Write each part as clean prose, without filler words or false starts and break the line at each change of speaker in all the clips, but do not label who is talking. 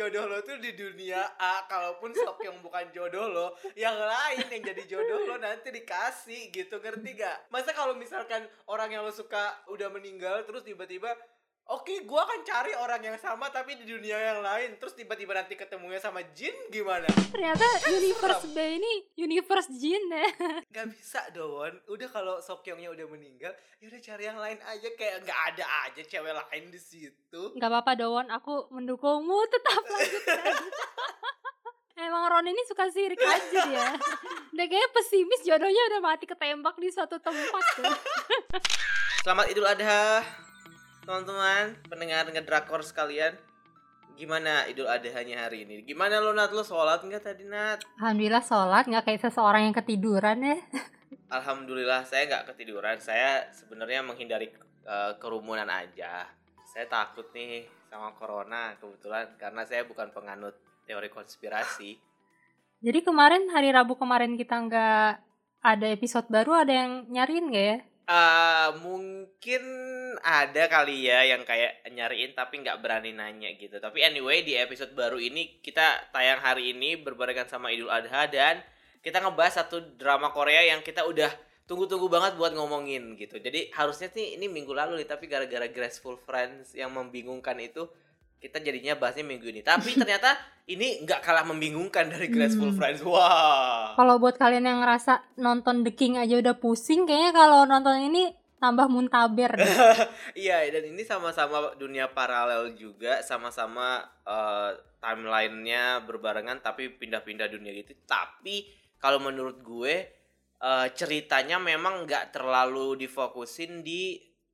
jodoh lo tuh di dunia A. Kalaupun Sokyong bukan jodoh lo, yang lain yang jadi jodoh lo nanti dikasih gitu, ngerti gak? Masa kalau misalkan orang yang lo suka udah meninggal terus tiba-tiba oke, gua akan cari orang yang sama tapi di dunia yang lain. Terus tiba-tiba nanti ketemunya sama Jin gimana?
Ternyata universe B ini universe Jin ya.
Gak bisa Dowon. Udah kalau Sokyongnya udah meninggal, ya udah cari yang lain aja. Kayak gak ada aja cewek lain di situ.
Gak apa-apa Dowon, aku mendukungmu, tetap lanjutkan. Emang Ron ini suka sirik aja ya. Udah kayaknya pesimis, jodohnya udah mati ketembak di suatu tempat tuh.
Selamat Idul Adha teman-teman, pendengar ngedrakor sekalian. Gimana Idul Adhanya hari ini? Gimana lo Nat? Lo sholat nggak tadi Nat?
Alhamdulillah sholat, nggak kayak seseorang yang ketiduran ya.
Alhamdulillah saya nggak ketiduran. Saya sebenarnya menghindari kerumunan aja. Saya takut nih sama corona kebetulan karena saya bukan penganut teori konspirasi.
Jadi kemarin hari Rabu kemarin kita nggak ada episode baru, ada yang nyariin nggak ya?
Mungkin ada kali ya yang kayak nyariin tapi nggak berani nanya gitu. Tapi anyway, di episode baru ini kita tayang hari ini berbarengan sama Idul Adha dan kita ngebahas satu drama Korea yang kita udah tunggu-tunggu banget buat ngomongin gitu. Jadi harusnya sih ini minggu lalu nih, tapi gara-gara Graceful Friends yang membingungkan itu kita jadinya bahasnya minggu ini. Tapi ternyata ini nggak kalah membingungkan dari Graceful Friends. Wah.
Kalau buat kalian yang ngerasa nonton The King aja udah pusing, kayaknya kalau nonton ini tambah muntaber.
Iya, dan ini sama-sama dunia paralel juga, sama-sama timeline-nya berbarengan tapi pindah-pindah dunia gitu. Tapi kalau menurut gue ceritanya memang nggak terlalu difokusin di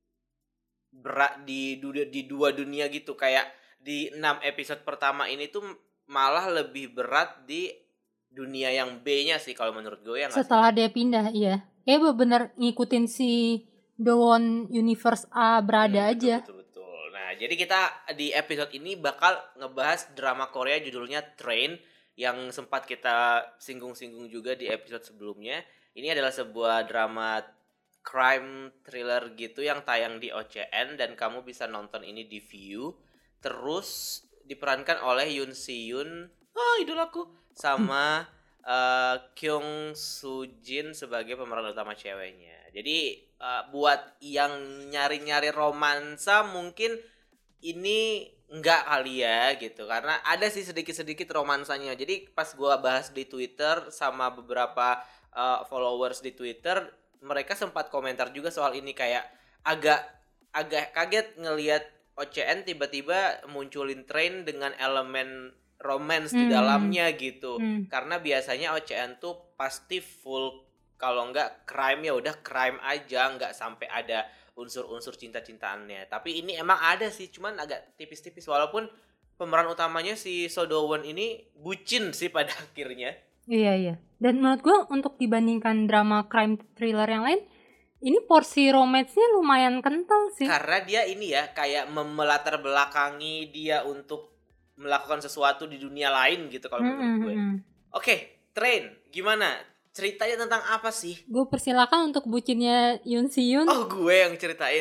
dua dunia gitu. Kayak di 6 episode pertama ini tuh malah lebih berat di dunia yang B-nya sih kalau menurut gue.
Setelah dia pindah, iya. Kayak bener ngikutin si Dowon Universe A berada aja.
Betul. Nah, jadi kita di episode ini bakal ngebahas drama Korea judulnya Train yang sempat kita singgung-singgung juga di episode sebelumnya. Ini adalah sebuah drama crime thriller gitu yang tayang di OCN dan kamu bisa nonton ini di Viu. Terus diperankan oleh Yoon Si Yoon, idolaku, sama Kyung Soo Jin sebagai pemeran utama ceweknya. Jadi buat yang nyari-nyari romansa mungkin ini enggak kali ya gitu, karena ada sih sedikit-sedikit romansanya. Jadi pas gue bahas di Twitter sama beberapa followers di Twitter, mereka sempat komentar juga soal ini, kayak agak kaget ngelihat OCN tiba-tiba munculin Train dengan elemen romance di dalamnya gitu. Karena biasanya OCN tuh pasti full, kalau enggak crime ya udah crime aja, enggak sampai ada unsur-unsur cinta-cintaannya. Tapi ini emang ada sih, cuman agak tipis-tipis, walaupun pemeran utamanya si So Do-won ini bucin sih pada akhirnya.
Iya. Dan menurut gue untuk dibandingkan drama crime thriller yang lain, ini porsi romance-nya lumayan kental sih.
Karena dia ini ya kayak melatar belakangi dia untuk melakukan sesuatu di dunia lain gitu kalau menurut gue. Oke, Train, gimana? Ceritanya tentang apa sih?
Gue persilakan untuk bucinnya Yoon Si Yoon.
Oh, gue yang ceritain.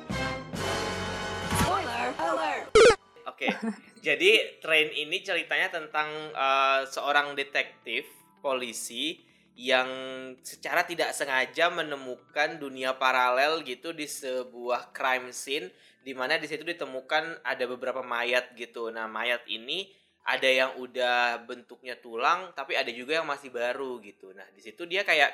Spoiler alert.
Oke, jadi Train ini ceritanya tentang seorang detektif polisi yang secara tidak sengaja menemukan dunia paralel gitu di sebuah crime scene, di mana di situ ditemukan ada beberapa mayat gitu. Nah, mayat ini ada yang udah bentuknya tulang, tapi ada juga yang masih baru gitu. Nah, di situ dia kayak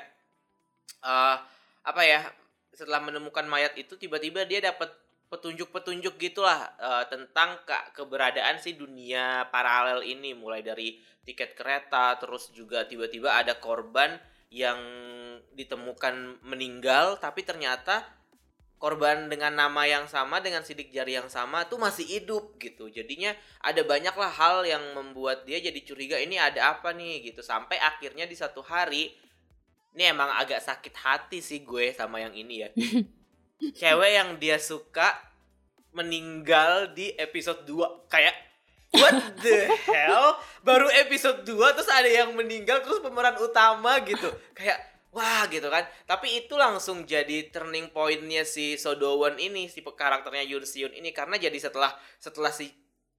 setelah menemukan mayat itu tiba-tiba dia dapat petunjuk-petunjuk gitulah tentang keberadaan si dunia paralel ini, mulai dari tiket kereta, terus juga tiba-tiba ada korban yang ditemukan meninggal, tapi ternyata korban dengan nama yang sama, dengan sidik jari yang sama tuh masih hidup gitu. Jadinya ada banyaklah hal yang membuat dia jadi curiga, ini ada apa nih gitu. Sampai akhirnya di satu hari, ini emang agak sakit hati sih gue sama yang ini ya. Cewek yang dia suka meninggal di episode 2. Kayak what the hell? Baru episode 2 terus ada yang meninggal, terus pemeran utama gitu. Kayak wah gitu kan. Tapi itu langsung jadi turning point-nya si So Do-won ini, si karakternya Yoon Si Yoon ini. Karena jadi setelah si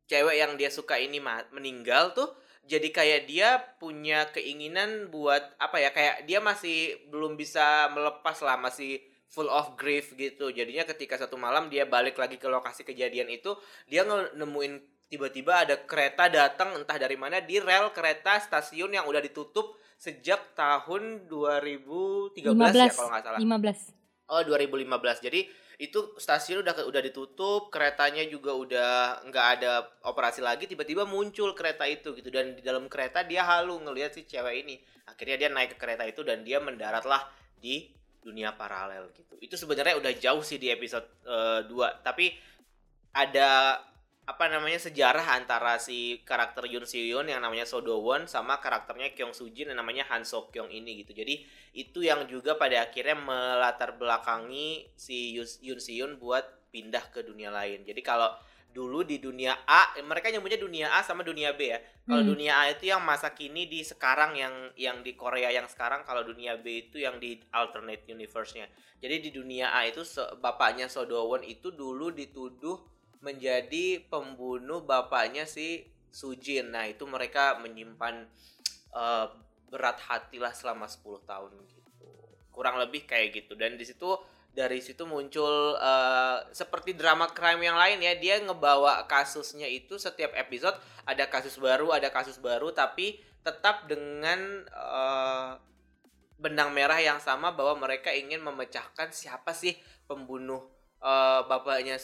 cewek yang dia suka ini meninggal tuh, jadi kayak dia punya keinginan buat apa ya, kayak dia masih belum bisa melepas lah, masih full of grief gitu. Jadinya ketika satu malam dia balik lagi ke lokasi kejadian itu, dia nemuin tiba-tiba ada kereta datang entah dari mana di rel kereta stasiun yang udah ditutup sejak tahun 2013 ya kalau nggak salah.
15.
Oh, 2015. Jadi itu stasiun udah ditutup, keretanya juga udah nggak ada operasi lagi, tiba-tiba muncul kereta itu gitu, dan di dalam kereta dia halu ngelihat si cewek ini. Akhirnya dia naik ke kereta itu dan dia mendaratlah di dunia paralel gitu. Itu sebenarnya udah jauh sih di episode 2, tapi ada apa namanya sejarah antara si karakter Yoon Soo-yeon yang namanya So Do-won sama karakternya Kyung Soo-jin yang namanya Han So-kyung ini gitu. Jadi itu yang juga pada akhirnya melatar belakangi si Yoon Soo-yeon buat pindah ke dunia lain. Jadi kalau dulu di dunia A, mereka nyebutnya dunia A sama dunia B ya. Kalau dunia A itu yang masa kini di sekarang yang di Korea yang sekarang, kalau dunia B itu yang di alternate universe-nya. Jadi di dunia A itu bapaknya So Do-won itu dulu dituduh menjadi pembunuh bapaknya si Soo-jin. Nah, itu mereka menyimpan berat hati lah selama 10 tahun gitu. Kurang lebih kayak gitu. Dan dari situ muncul seperti drama crime yang lain ya. Dia ngebawa kasusnya itu setiap episode ada kasus baru tapi tetap dengan benang merah yang sama bahwa mereka ingin memecahkan siapa sih pembunuh bapaknya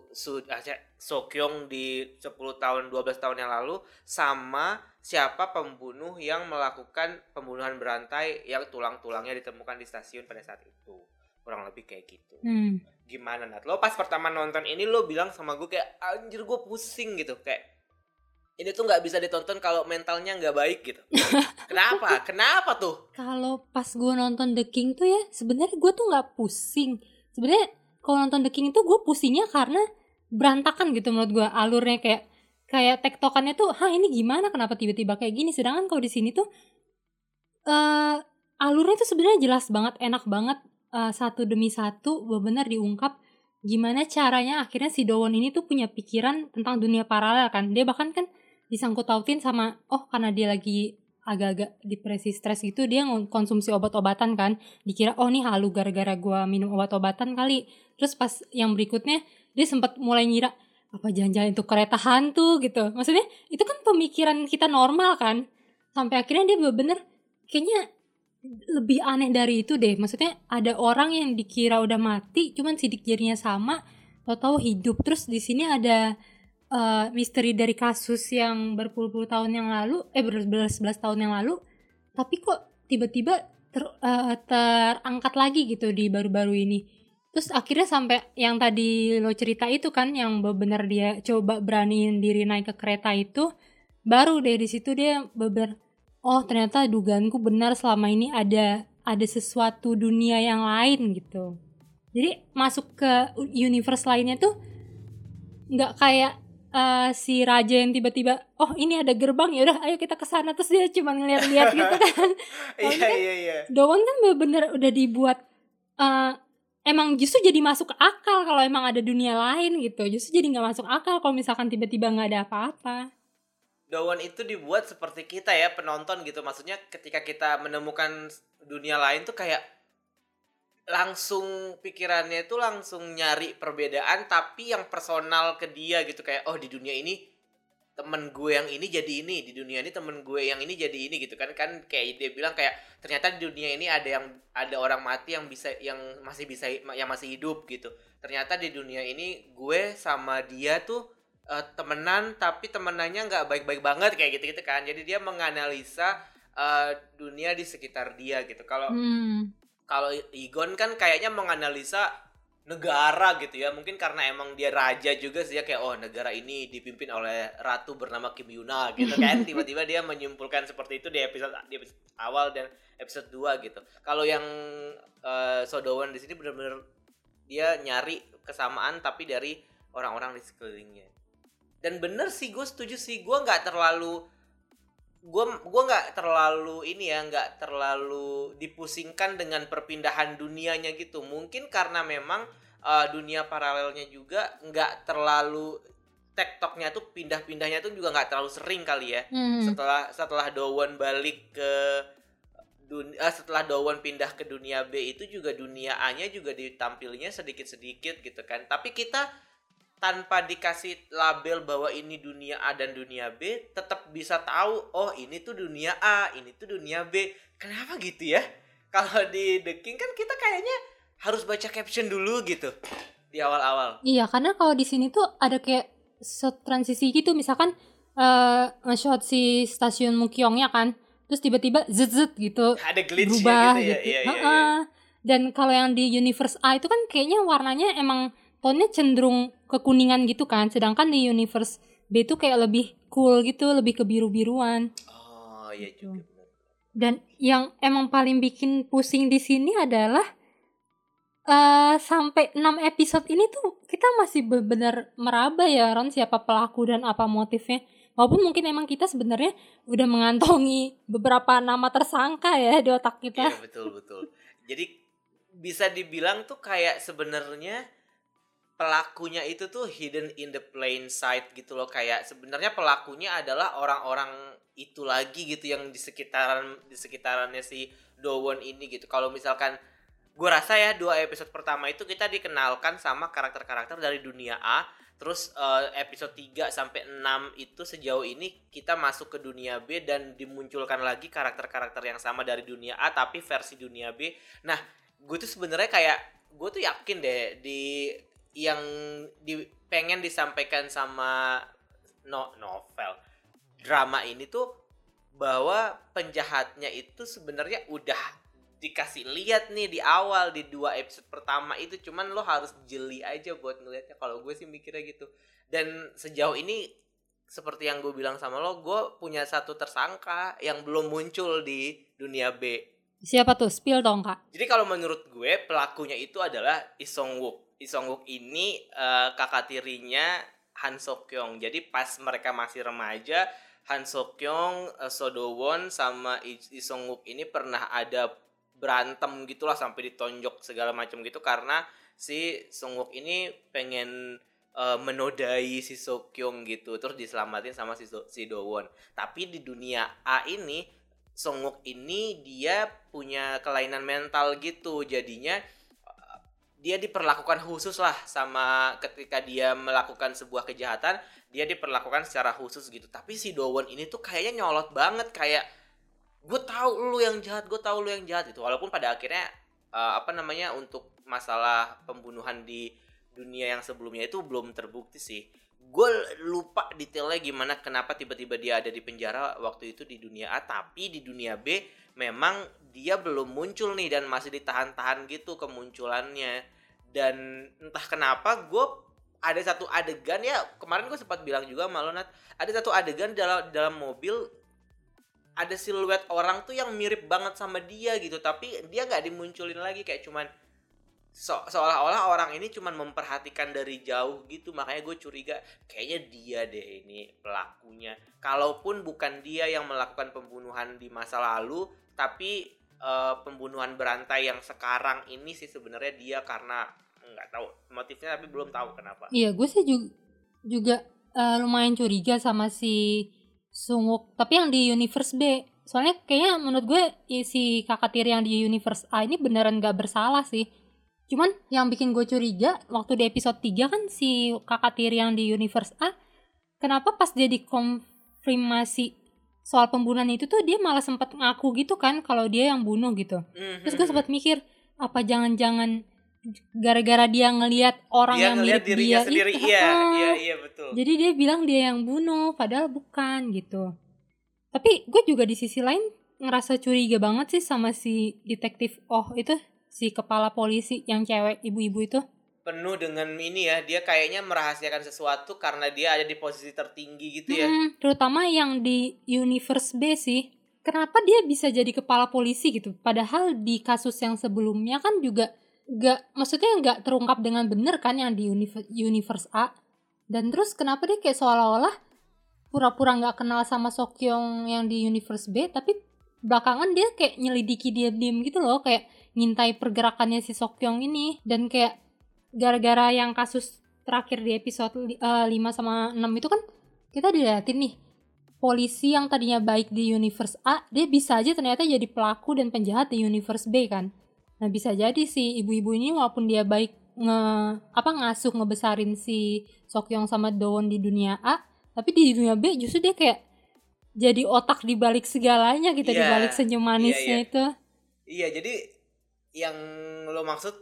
So-kyung di 10 tahun 12 tahun yang lalu, sama siapa pembunuh yang melakukan pembunuhan berantai yang tulang-tulangnya ditemukan di stasiun pada saat itu. Kurang lebih kayak gitu. Gimana Nat? Lo pas pertama nonton ini lo bilang sama gue kayak anjir gue pusing gitu, kayak ini tuh nggak bisa ditonton kalau mentalnya nggak baik gitu. Kenapa tuh?
Kalau pas gue nonton The King tuh ya sebenarnya gue tuh nggak pusing. Sebenarnya kalau nonton The King itu gue pusingnya karena berantakan gitu menurut gue alurnya, kayak tektokannya tuh, ini gimana, kenapa tiba-tiba kayak gini. Sedangkan kalau di sini tuh alurnya tuh sebenarnya jelas banget, enak banget, satu demi satu benar-benar diungkap gimana caranya akhirnya si Do-won ini tuh punya pikiran tentang dunia paralel kan. Dia bahkan kan disangkut pautin sama karena dia lagi agak-agak depresi stres gitu, dia konsumsi obat-obatan kan, dikira nih halu gara-gara gua minum obat-obatan kali. Terus pas yang berikutnya dia sempat mulai ngira apa jangan-jangan itu kereta hantu gitu. Maksudnya itu kan pemikiran kita normal kan, sampai akhirnya dia bener-bener kayaknya lebih aneh dari itu deh. Maksudnya ada orang yang dikira udah mati cuman sidik jarinya sama, tahu-tahu hidup. Terus di sini ada misteri dari kasus yang berpuluh-puluh tahun yang lalu, berbelas-belas tahun yang lalu, tapi kok tiba-tiba terangkat lagi gitu di baru-baru ini. Terus akhirnya sampai yang tadi lo cerita itu kan, yang benar dia coba beraniin diri naik ke kereta itu, baru deh di situ dia ternyata dugaanku benar, selama ini ada sesuatu dunia yang lain gitu. Jadi masuk ke universe lainnya tuh nggak kayak si raja yang tiba-tiba ini ada gerbang, ya udah ayo kita ke sana, terus dia cuma ngeliat-liat gitu kan.
Iya.
Do-won kan bener-bener udah dibuat emang justru jadi masuk akal kalau emang ada dunia lain gitu. Justru jadi nggak masuk akal kalau misalkan tiba-tiba nggak ada apa-apa.
Do-won itu dibuat seperti kita ya, penonton gitu. Maksudnya ketika kita menemukan dunia lain tuh kayak langsung pikirannya itu langsung nyari perbedaan tapi yang personal ke dia gitu, kayak di dunia ini temen gue yang ini jadi ini, di dunia ini temen gue yang ini jadi ini gitu kan kayak dia bilang kayak ternyata di dunia ini ada orang mati yang masih hidup gitu. Ternyata di dunia ini gue sama dia tuh temenan tapi temenannya nggak baik-baik banget kayak gitu kan. Jadi dia menganalisa dunia di sekitar dia gitu. Kalau Igon kan kayaknya menganalisa negara gitu ya, mungkin karena emang dia raja juga sih ya, kayak negara ini dipimpin oleh ratu bernama Kim Yuna gitu kan. Tiba-tiba dia menyimpulkan seperti itu di episode awal dan episode 2 gitu. Kalau yang So Do-won di sini benar-benar dia nyari kesamaan tapi dari orang-orang di sekelilingnya. Dan bener sih, gue setuju sih, gue nggak terlalu nggak terlalu dipusingkan dengan perpindahan dunianya gitu. Mungkin karena memang dunia paralelnya juga nggak terlalu tektoknya tuh pindah-pindahnya tuh juga nggak terlalu sering kali ya.
Hmm.
Setelah Dowon balik ke setelah Dowon pindah ke dunia B itu juga dunia A-nya juga ditampilnya sedikit-sedikit gitu kan. Tapi kita tanpa dikasih label bahwa ini dunia A dan dunia B tetap bisa tahu oh ini tuh dunia A, ini tuh dunia B. Kenapa gitu ya? Kalau di The King kan kita kayaknya harus baca caption dulu gitu di awal-awal.
Iya, karena kalau di sini tuh ada kayak shot transisi gitu, misalkan nge-shot si stasiun Mukyongnya kan, terus tiba-tiba zet gitu
Ada glitch
berubah
gitu ya.
gitu.
Iya.
Heeh. Dan kalau yang di Universe A itu kan kayaknya warnanya emang tonnya cenderung kekuningan gitu kan, sedangkan di Universe B itu kayak lebih cool gitu, lebih ke biru-biruan.
Oh, iya juga benar.
Dan yang emang paling bikin pusing di sini adalah sampai 6 episode ini tuh kita masih benar meraba ya Ron siapa pelaku dan apa motifnya. Walaupun mungkin emang kita sebenarnya udah mengantongi beberapa nama tersangka ya di otak kita.
Iya, betul. Jadi bisa dibilang tuh kayak sebenarnya pelakunya itu tuh hidden in the plain sight gitu loh, kayak sebenarnya pelakunya adalah orang-orang itu lagi gitu yang di sekitarannya si Dowon ini gitu. Kalau misalkan gue rasa ya 2 episode pertama itu kita dikenalkan sama karakter-karakter dari dunia A. Terus episode 3 sampai 6 itu sejauh ini kita masuk ke dunia B dan dimunculkan lagi karakter-karakter yang sama dari dunia A tapi versi dunia B. Nah, gue tuh sebenarnya kayak gue tuh yakin deh yang pengen disampaikan sama novel drama ini tuh bahwa penjahatnya itu sebenarnya udah dikasih lihat nih di awal di 2 episode pertama itu, cuman lo harus jeli aja buat ngelihatnya. Kalau gue sih mikirnya gitu. Dan sejauh ini seperti yang gue bilang sama lo, gue punya satu tersangka yang belum muncul di dunia B.
Siapa tuh? Spill dong Kak.
Jadi kalau menurut gue pelakunya itu adalah Lee Song-wook. Lee Song-wook ini kakak tirinya Han So-kyung. Jadi pas mereka masih remaja, Han So-kyung, So Do-won sama Lee Song-wook ini pernah ada berantem gitulah sampai ditonjok segala macam gitu karena si Song-wook ini pengen menodai si So-kyung gitu, terus diselamatin sama si Do-won. Tapi di dunia A ini Song-wook ini dia punya kelainan mental gitu, jadinya dia diperlakukan khusus lah sama ketika dia melakukan sebuah kejahatan, dia diperlakukan secara khusus gitu. Tapi si Do-won ini tuh kayaknya nyolot banget, kayak gue tahu lu yang jahat gitu. Walaupun pada akhirnya untuk masalah pembunuhan di dunia yang sebelumnya itu belum terbukti sih. Gue lupa detailnya gimana kenapa tiba-tiba dia ada di penjara waktu itu di dunia A, tapi di dunia B memang dia belum muncul nih dan masih ditahan-tahan gitu kemunculannya. Dan entah kenapa gue ada satu adegan ya, kemarin gue sempat bilang juga sama lo Nat, ada satu adegan dalam mobil ada siluet orang tuh yang mirip banget sama dia gitu, tapi dia nggak dimunculin lagi, kayak cuman seolah-olah orang ini cuman memperhatikan dari jauh gitu. Makanya gue curiga kayaknya dia deh ini pelakunya, kalaupun bukan dia yang melakukan pembunuhan di masa lalu, tapi pembunuhan berantai yang sekarang ini sih sebenarnya dia, karena nggak tahu motifnya tapi belum tahu kenapa.
Iya, gue sih juga lumayan curiga sama si Sung-wook, tapi yang di Universe B. Soalnya kayaknya menurut gue si kakak tiri yang di Universe A ini beneran gak bersalah sih. Cuman yang bikin gue curiga waktu di episode 3 kan si kakak tiri yang di Universe A, kenapa pas dia dikonfirmasi soal pembunuhan itu tuh dia malah sempat ngaku gitu kan kalau dia yang bunuh gitu. Terus gue sempat mikir, apa jangan-jangan gara-gara dia ngelihat orang
dia
yang
ngelihat
mirip
dirinya
dia
sendiri.
itu,
Iya betul.
jadi dia bilang dia yang bunuh padahal bukan gitu. Tapi gue juga di sisi lain ngerasa curiga banget sih sama si detektif itu, si kepala polisi yang cewek ibu-ibu itu.
Penuh dengan ini ya, dia kayaknya merahasiakan sesuatu karena dia ada di posisi tertinggi gitu ya.
Terutama yang di Universe B sih, kenapa dia bisa jadi kepala polisi gitu, padahal di kasus yang sebelumnya kan juga nggak terungkap dengan benar kan yang di Universe A. Dan terus kenapa dia kayak seolah-olah pura-pura nggak kenal sama So-kyung yang di Universe B, tapi belakangan dia kayak nyelidiki diam-diam gitu loh, kayak ngintai pergerakannya si So-kyung ini. Dan kayak gara-gara yang kasus terakhir di episode 5 sama 6 itu kan kita dilihatin nih polisi yang tadinya baik di universe A, dia bisa aja ternyata jadi pelaku dan penjahat di universe B kan. Nah bisa jadi si ibu-ibu ini walaupun dia baik ngasuh ngebesarin si Sokyong sama Dowon di dunia A, tapi di dunia B justru dia kayak jadi otak di balik segalanya gitu, di balik senyum manisnya itu.
Iya, jadi yang lo maksud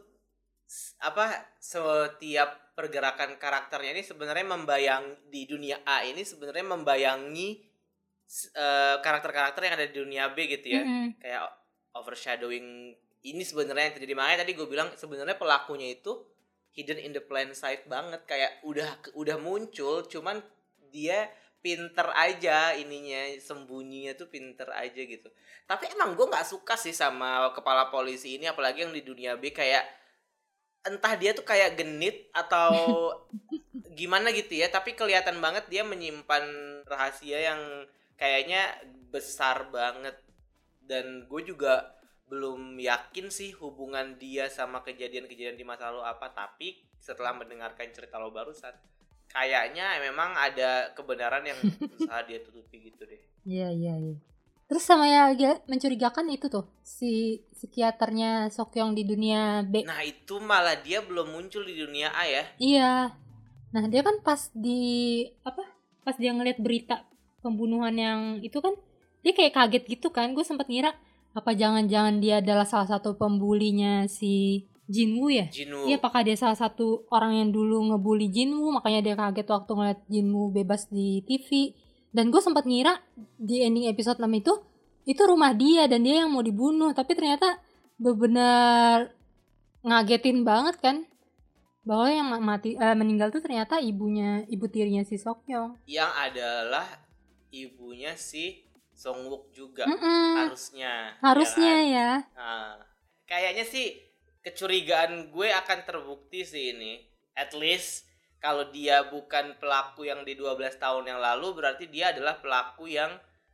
setiap pergerakan karakternya ini sebenarnya di dunia A ini sebenarnya membayangi karakter-karakter yang ada di dunia B gitu ya. Kayak overshadowing ini sebenarnya yang terjadi. Makanya tadi gue bilang sebenarnya pelakunya itu hidden in the plain sight banget, kayak udah muncul, cuman dia pinter aja ininya, sembunyinya tuh pinter aja gitu. Tapi emang gue nggak suka sih sama kepala polisi ini, apalagi yang di dunia B, kayak entah dia tuh kayak genit atau gimana gitu ya, tapi kelihatan banget dia menyimpan rahasia yang kayaknya besar banget. Dan gue juga belum yakin sih hubungan dia sama kejadian-kejadian di masa lalu apa, tapi setelah mendengarkan cerita lo barusan kayaknya memang ada kebenaran yang berusaha dia tutupi gitu deh.
Iya. Terus sama yang mencurigakan itu tuh si psikiaternya Sokyong di dunia B.
Nah itu malah dia belum muncul di dunia A ya.
Iya. Nah dia kan pas dia ngeliat berita pembunuhan yang itu kan dia kayak kaget gitu kan. Gue sempat ngira apa jangan-jangan dia adalah salah satu pembulinya si Jinwoo ya? Iya, apakah dia salah satu orang yang dulu ngebully Jinwoo, makanya dia kaget waktu ngeliat Jinwoo bebas di TV. Dan gue sempat ngira di ending episode 6 itu rumah dia dan dia yang mau dibunuh, tapi ternyata benar-benar ngagetin banget kan, bahwa yang meninggal tuh ternyata ibu tirinya si Sokyong,
yang adalah ibunya si Songwook juga. Harusnya ya. Nah, kayaknya sih kecurigaan gue akan terbukti sih ini. At least kalau dia bukan pelaku yang di 12 tahun yang lalu, berarti dia adalah pelaku yang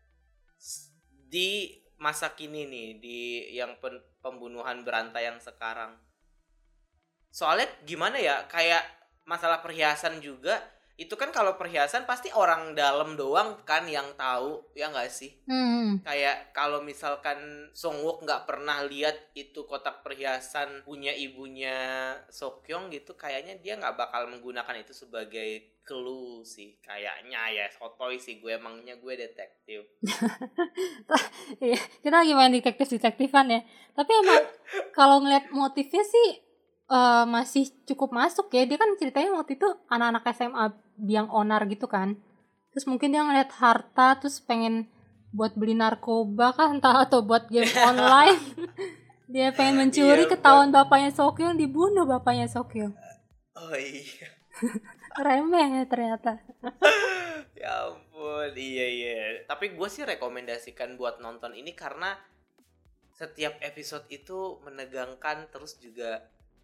di masa kini nih, di yang pembunuhan berantai yang sekarang. Soalnya gimana ya, kayak masalah perhiasan juga, itu kan kalau perhiasan pasti orang dalam doang kan yang tahu, ya nggak sih? Kayak kalau misalkan Songwook nggak pernah lihat itu kotak perhiasan punya ibunya Sokyong gitu, kayaknya dia nggak bakal menggunakan itu sebagai clue sih, kayaknya ya. Sotoy sih gue, emangnya gue detektif.
Iya, kita lagi main detektifan ya. Tapi emang kalau ngeliat motifnya sih masih cukup masuk ya. Dia kan ceritanya waktu itu anak-anak SMA yang onar gitu kan, terus mungkin dia ngeliat harta terus pengen buat beli narkoba kan, entah atau buat game online. Dia pengen mencuri, ketahuan bapaknya Sokyong, dibunuh bapaknya Sokyong.
Oh iya.
Remeh ya ternyata.
Ya ampun, iya. Tapi gue sih rekomendasikan buat nonton ini karena setiap episode itu menegangkan, terus juga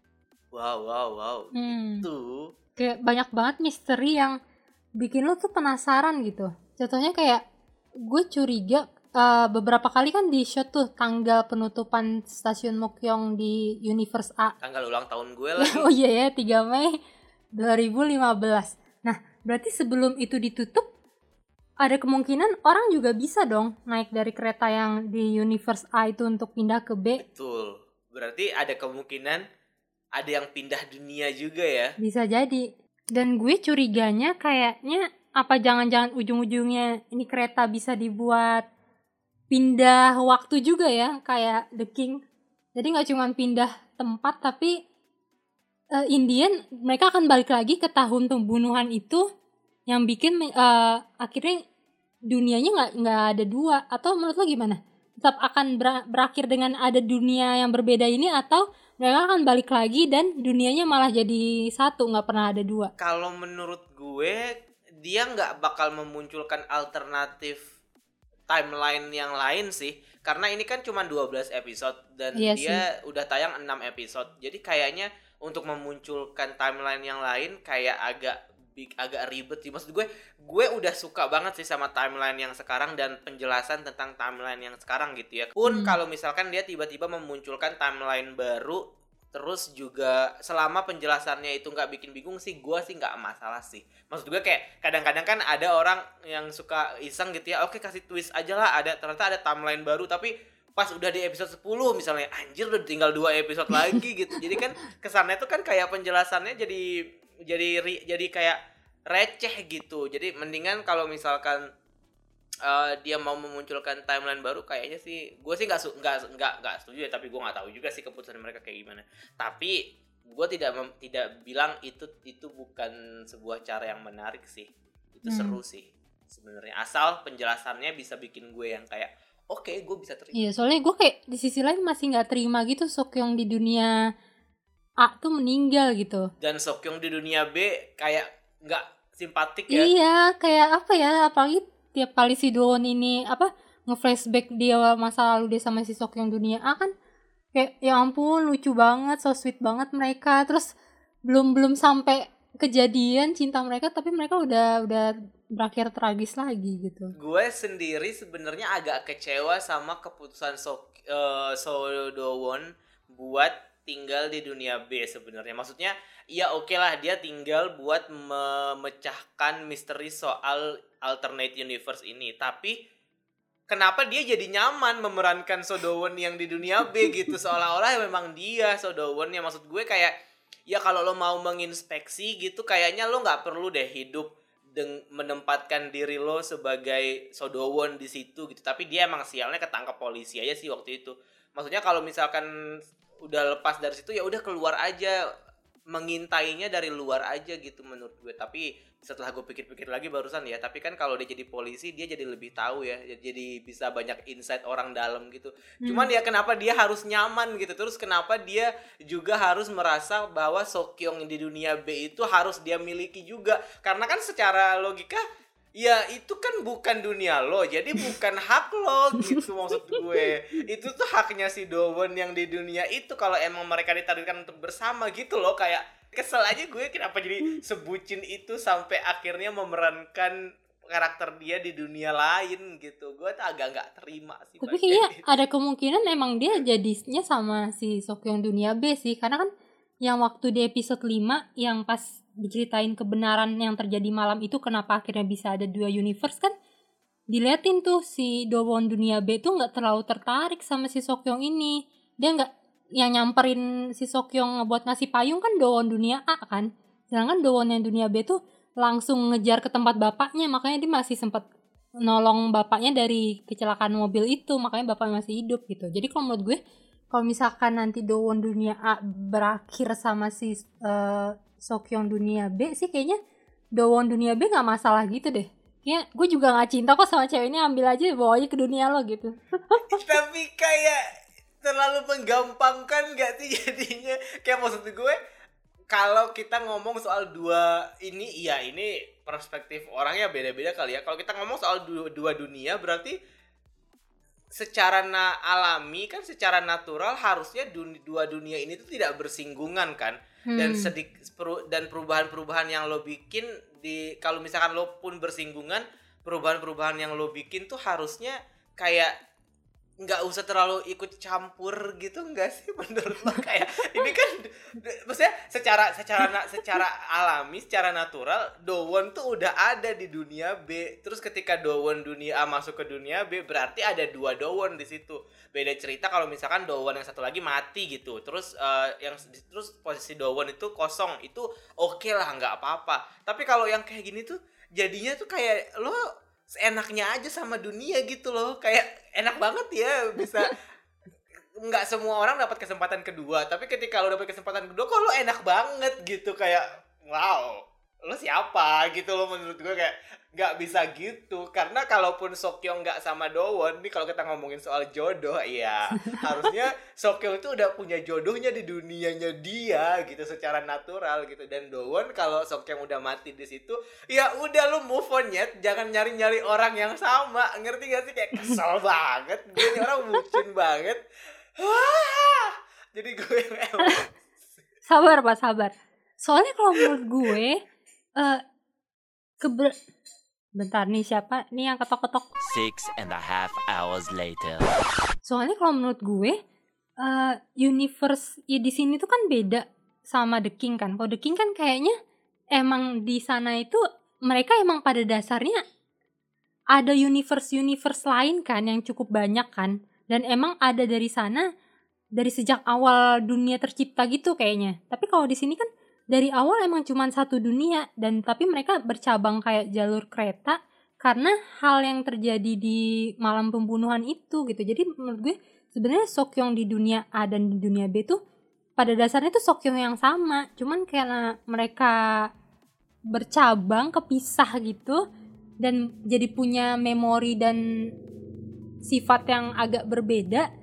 wow gitu.
Kayak banyak banget misteri yang bikin lo tuh penasaran gitu. Contohnya kayak gue curiga beberapa kali kan di shot tuh tanggal penutupan stasiun Mokyong di Universe A.
Tanggal ulang tahun gue lagi.
Oh iya ya, 3 Mei 2015. Nah, berarti sebelum itu ditutup ada kemungkinan orang juga bisa dong naik dari kereta yang di Universe A itu untuk pindah ke B.
Betul. Berarti ada kemungkinan ada yang pindah dunia juga ya.
Bisa jadi. Dan gue curiganya kayaknya apa jangan-jangan ujung-ujungnya ini kereta bisa dibuat pindah waktu juga ya, kayak The King. Jadi gak cuma pindah tempat, tapi Indian mereka akan balik lagi ke tahun pembunuhan itu, yang bikin akhirnya dunianya nggak ada dua. Atau menurut lo gimana? Tetap akan berakhir dengan ada dunia yang berbeda ini, atau mereka akan balik lagi dan dunianya malah jadi satu, nggak pernah ada dua?
Kalau menurut gue, dia nggak bakal memunculkan alternatif timeline yang lain sih, karena ini kan cuma 12 episode dan dia udah tayang 6 episode. Jadi kayaknya untuk memunculkan timeline yang lain kayak agak ribet sih. Maksud gue udah suka banget sih sama timeline yang sekarang dan penjelasan tentang timeline yang sekarang gitu ya. Kalau misalkan dia tiba-tiba memunculkan timeline baru Terus juga selama penjelasannya itu nggak bikin bingung sih, gue sih nggak masalah sih. Maksud gue kayak kadang-kadang kan ada orang yang suka iseng gitu ya, oke kasih twist aja lah, ternyata ada timeline baru, tapi pas udah di episode 10 misalnya, anjir udah tinggal 2 episode lagi gitu. Jadi kan kesannya tuh kan kayak penjelasannya jadi kayak receh gitu. Jadi mendingan kalau misalkan dia mau memunculkan timeline baru, kayaknya sih gue sih nggak setuju ya, tapi gue nggak tahu juga sih keputusan mereka kayak gimana. Tapi gue tidak bilang itu bukan sebuah cara yang menarik sih, itu seru sih sebenarnya, asal penjelasannya bisa bikin gue yang kayak oke, gue bisa terima.
Iya, soalnya gue kayak di sisi lain masih nggak terima gitu Seokyeong di dunia A tuh meninggal gitu,
dan Seokyeong di dunia B kayak nggak simpatik ya.
iya kayak apa ya, apalagi tiap kali si Doon ini nge-flashback dia masa lalu dia sama si Seokyeong dunia A kan kayak ya ampun lucu banget, so sweet banget mereka. Terus belum sampai kejadian cinta mereka tapi mereka udah berakhir tragis lagi gitu.
Gue sendiri sebenarnya agak kecewa sama keputusan So Do-won buat tinggal di dunia B sebenarnya. Maksudnya ya oke lah, dia tinggal buat memecahkan misteri soal alternate universe ini, tapi kenapa dia jadi nyaman memerankan So Do-won yang di dunia B gitu, seolah-olah memang dia So Do-won ya. Maksud gue kayak ya kalau lo mau menginspeksi gitu, kayaknya lo nggak perlu deh hidup menempatkan diri lo sebagai So Do-won di situ gitu. Tapi dia emang sialnya ketangkap polisi aja sih waktu itu. Maksudnya kalau misalkan udah lepas dari situ ya udah keluar aja, mengintainya dari luar aja gitu menurut gue. Tapi setelah gue pikir-pikir lagi barusan ya, tapi kan kalau dia jadi polisi dia jadi lebih tahu ya, jadi bisa banyak insight orang dalam gitu. Cuman ya kenapa dia harus nyaman gitu, terus kenapa dia juga harus merasa bahwa Seokyeong di dunia B itu harus dia miliki juga, karena kan secara logika ya itu kan bukan dunia lo, jadi bukan hak lo gitu. Maksud gue itu tuh haknya si Do-won yang di dunia itu, kalau emang mereka ditakdirkan untuk bersama gitu loh. Kayak kesel aja gue kenapa jadi sebucin itu sampai akhirnya memerankan karakter dia di dunia lain gitu. Gue tuh agak nggak terima sih.
Tapi kayaknya ada kemungkinan emang dia jadinya sama si Seokyeong dunia B sih, karena kan yang waktu di episode 5 yang pas diceritain kebenaran yang terjadi malam itu kenapa akhirnya bisa ada 2 universe kan, diliatin tuh si Do-won dunia B tuh nggak terlalu tertarik sama si Seokyeong ini. Dia nggak, yang nyamperin si Seokyeong buat ngasih payung kan Do-won dunia A kan, sedangkan Do-won yang dunia B tuh langsung ngejar ke tempat bapaknya, makanya dia masih sempat nolong bapaknya dari kecelakaan mobil itu, makanya bapaknya masih hidup gitu. Jadi kalau menurut gue, kalau misalkan nanti Do-won dunia A berakhir sama si Seokyeong dunia B sih, kayaknya Do-won dunia B gak masalah gitu deh. Ya gue juga gak cinta kok sama cewek ini, ambil aja bawa aja ke dunia lo gitu.
Tapi kayak terlalu menggampangkan gak sih jadinya? Kayak maksud gue, kalau kita ngomong soal dua ini, iya ini perspektif orangnya beda-beda kali ya. Kalau kita ngomong soal dua dunia, berarti secara alami kan, secara natural harusnya dua dunia ini tuh tidak bersinggungan kan. Dan dan perubahan-perubahan yang lo bikin kalau misalkan lo pun bersinggungan, perubahan-perubahan yang lo bikin tuh harusnya kayak nggak usah terlalu ikut campur gitu, nggak sih menurut lo? Kayak ini kan maksudnya secara alami, secara natural Do-won tuh udah ada di dunia B. Terus ketika Do-won dunia A masuk ke dunia B, berarti ada 2 Do-won di situ. Beda cerita kalau misalkan Do-won yang satu lagi mati gitu, terus terus posisi Do-won itu kosong, itu oke lah, nggak apa-apa. Tapi kalau yang kayak gini tuh jadinya tuh kayak lo seenaknya aja sama dunia gitu loh. Kayak enak banget ya bisa nggak semua orang dapat kesempatan kedua, tapi ketika lo dapat kesempatan kedua kok lo enak banget gitu. Kayak wow, lo siapa gitu loh. Menurut gue kayak nggak bisa gitu, karena kalaupun Seokyeong nggak sama Do-won nih, kalau kita ngomongin soal jodoh ya harusnya Seokyeong itu udah punya jodohnya di dunianya dia gitu secara natural gitu. Dan Do-won kalau Seokyeong udah mati di situ, ya udah lo move on ya, jangan nyari-nyari orang yang sama. Ngerti gak sih? Kayak kesel banget gue, ini orang bucin banget. Jadi gue
sabar Pak, sabar. Soalnya kalau menurut gue bentar nih, siapa nih yang ketok-ketok?
6.5 hours later.
Soalnya kalau menurut gue universe ya di sini tuh kan beda sama The King kan. Kalau The King kan kayaknya emang di sana itu mereka emang pada dasarnya ada universe lain kan yang cukup banyak kan. Dan emang ada dari sana dari sejak awal dunia tercipta gitu kayaknya. Tapi kalau di sini kan dari awal emang cuma satu dunia dan tapi mereka bercabang kayak jalur kereta karena hal yang terjadi di malam pembunuhan itu gitu. Jadi menurut gue sebenarnya Seokyeong di dunia A dan di dunia B tuh pada dasarnya tuh Seokyeong yang sama, cuman karena mereka bercabang, kepisah gitu dan jadi punya memori dan sifat yang agak berbeda.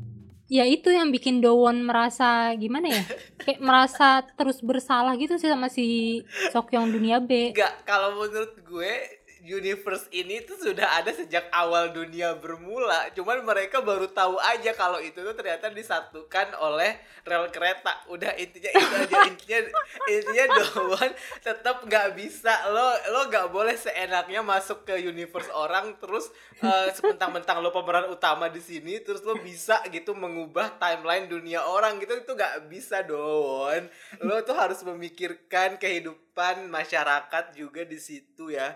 Ya itu yang bikin Dowon merasa gimana ya? Kayak merasa terus bersalah gitu sih sama si Seokyeong dunia B.
Enggak, kalau menurut gue universe ini tuh sudah ada sejak awal dunia bermula. Cuman mereka baru tahu aja kalau itu tuh ternyata disatukan oleh rel kereta. Udah intinya itu aja. intinya Dowon tetap nggak bisa. Lo nggak boleh seenaknya masuk ke universe orang terus sementang-mentang lo pemeran utama di sini terus lo bisa gitu mengubah timeline dunia orang gitu. Itu nggak bisa, Dowon. Lo tuh harus memikirkan kehidupan masyarakat juga di situ ya.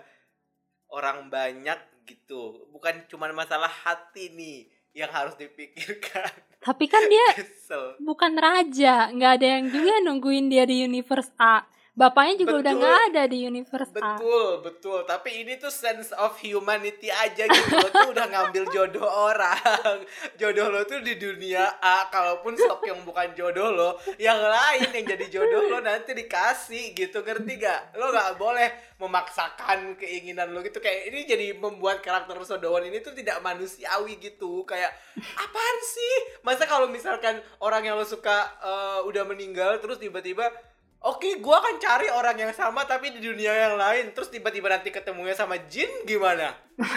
Orang banyak gitu, bukan cuma masalah hati nih yang harus dipikirkan.
Tapi kan dia
Kesel.
bukan raja, nggak ada yang juga nungguin dia di universe A. Bapaknya juga udah nggak ada di universe A.
Betul. Tapi ini tuh sense of humanity aja gitu. Lo tuh udah ngambil jodoh orang. Jodoh lo tuh di dunia A. Kalaupun Seokyeong bukan jodoh lo, yang lain yang jadi jodoh lo nanti dikasih gitu. Ngerti gak? Lo gak boleh memaksakan keinginan lo gitu. Kayak ini jadi membuat karakter Sodowon ini tuh tidak manusiawi gitu. Kayak apaan sih? Masa kalau misalkan orang yang lo suka udah meninggal terus tiba-tiba oke, gue akan cari orang yang sama tapi di dunia yang lain. Terus tiba-tiba nanti ketemunya sama Jin gimana?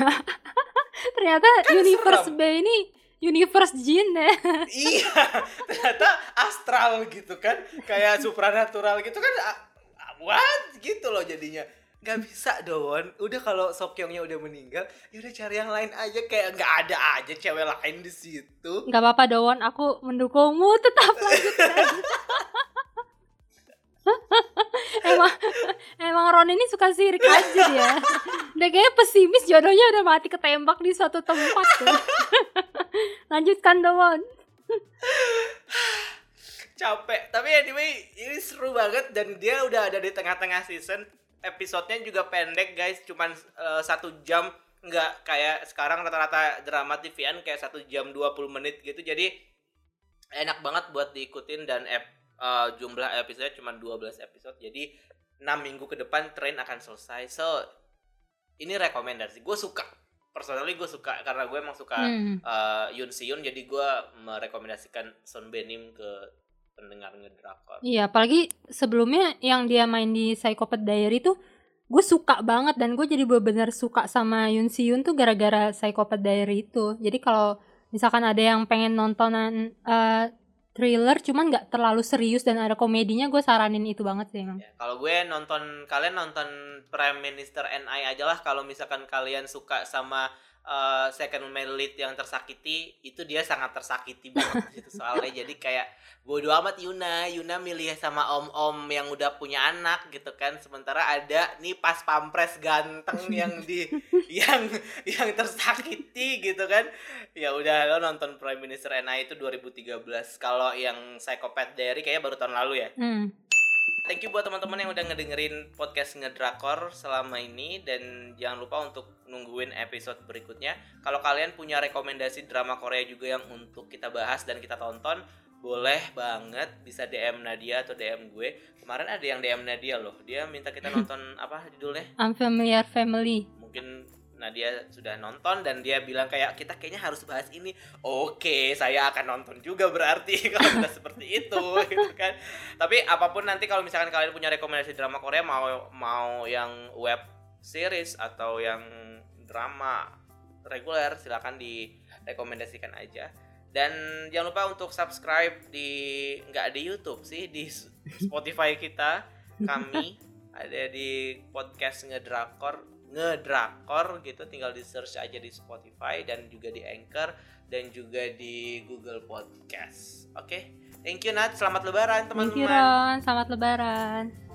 Ternyata
Kan
universe
serem.
B ini universe Jin ya.
Iya, ternyata astral gitu kan. Kayak supranatural gitu kan. What? Gitu loh jadinya. Gak bisa, Dowon. Udah kalau Seokyeongnya udah meninggal, ya udah cari yang lain aja. Kayak gak ada aja cewek lain di situ.
Gak apa-apa Dowon, aku mendukungmu, tetap lanjutkan. emang Ron ini suka sirik aja dia. Dia kayaknya pesimis jodohnya udah mati ketembak di suatu tempat tuh. Lanjutkan Dowon.
Capek. Tapi anyway, ini seru banget dan dia udah ada di tengah-tengah season. Episodenya juga pendek guys, cuman 1 jam. Nggak kayak sekarang rata-rata drama TV-an kayak 1 jam 20 menit gitu. Jadi enak banget buat diikutin dan jumlah episode cuma 12 episode. Jadi 6 minggu ke depan Train akan selesai. So ini rekomendasi. Gue suka. Personally gue suka karena gue emang suka Yoon Si-yoon, jadi gue merekomendasikan Son Benim ke pendengar ngedrakor.
Iya, apalagi sebelumnya yang dia main di Psychopath Diary tuh gue suka banget dan gue jadi benar-benar suka sama Yoon Si-yoon tuh gara-gara Psychopath Diary itu. Jadi kalau misalkan ada yang pengen nontonan thriller cuman nggak terlalu serius dan ada komedinya, gue saranin itu banget sih emang.
Ya, kalau gue kalian nonton Prime Minister NI aja lah kalau misalkan kalian suka sama second male lead yang tersakiti, itu dia sangat tersakiti banget gitu soalnya. Jadi kayak bodo amat Yuna milih sama om-om yang udah punya anak gitu kan, sementara ada nih pas pampres ganteng yang yang tersakiti gitu kan. Ya udah, lo nonton Prime Minister NI itu 2013. Kalau yang Psychopath Diary kayaknya baru tahun lalu ya. Thank you buat teman-teman yang udah ngedengerin podcast Ngedrakor selama ini, dan jangan lupa untuk nungguin episode berikutnya. Kalau kalian punya rekomendasi drama Korea juga yang untuk kita bahas dan kita tonton, boleh banget bisa DM Nadia atau DM gue. Kemarin ada yang DM Nadia loh, dia minta kita nonton apa judulnya?
Unfamiliar Family.
Mungkin Nadia sudah nonton dan dia bilang kayak kita kayaknya harus bahas ini. Oke, saya akan nonton juga berarti kalau udah seperti itu gitu kan. Tapi apapun nanti kalau misalkan kalian punya rekomendasi drama Korea, mau yang web series atau yang drama reguler, silakan direkomendasikan aja. Dan jangan lupa untuk subscribe nggak di YouTube sih, di Spotify kita. Kami ada di podcast Ngedrakor. ngedrakor gitu, tinggal di search aja di Spotify dan juga di Anchor dan juga di Google Podcast. Oke, thank you Nat, selamat lebaran
Thank you
teman-teman.
Ron, selamat lebaran.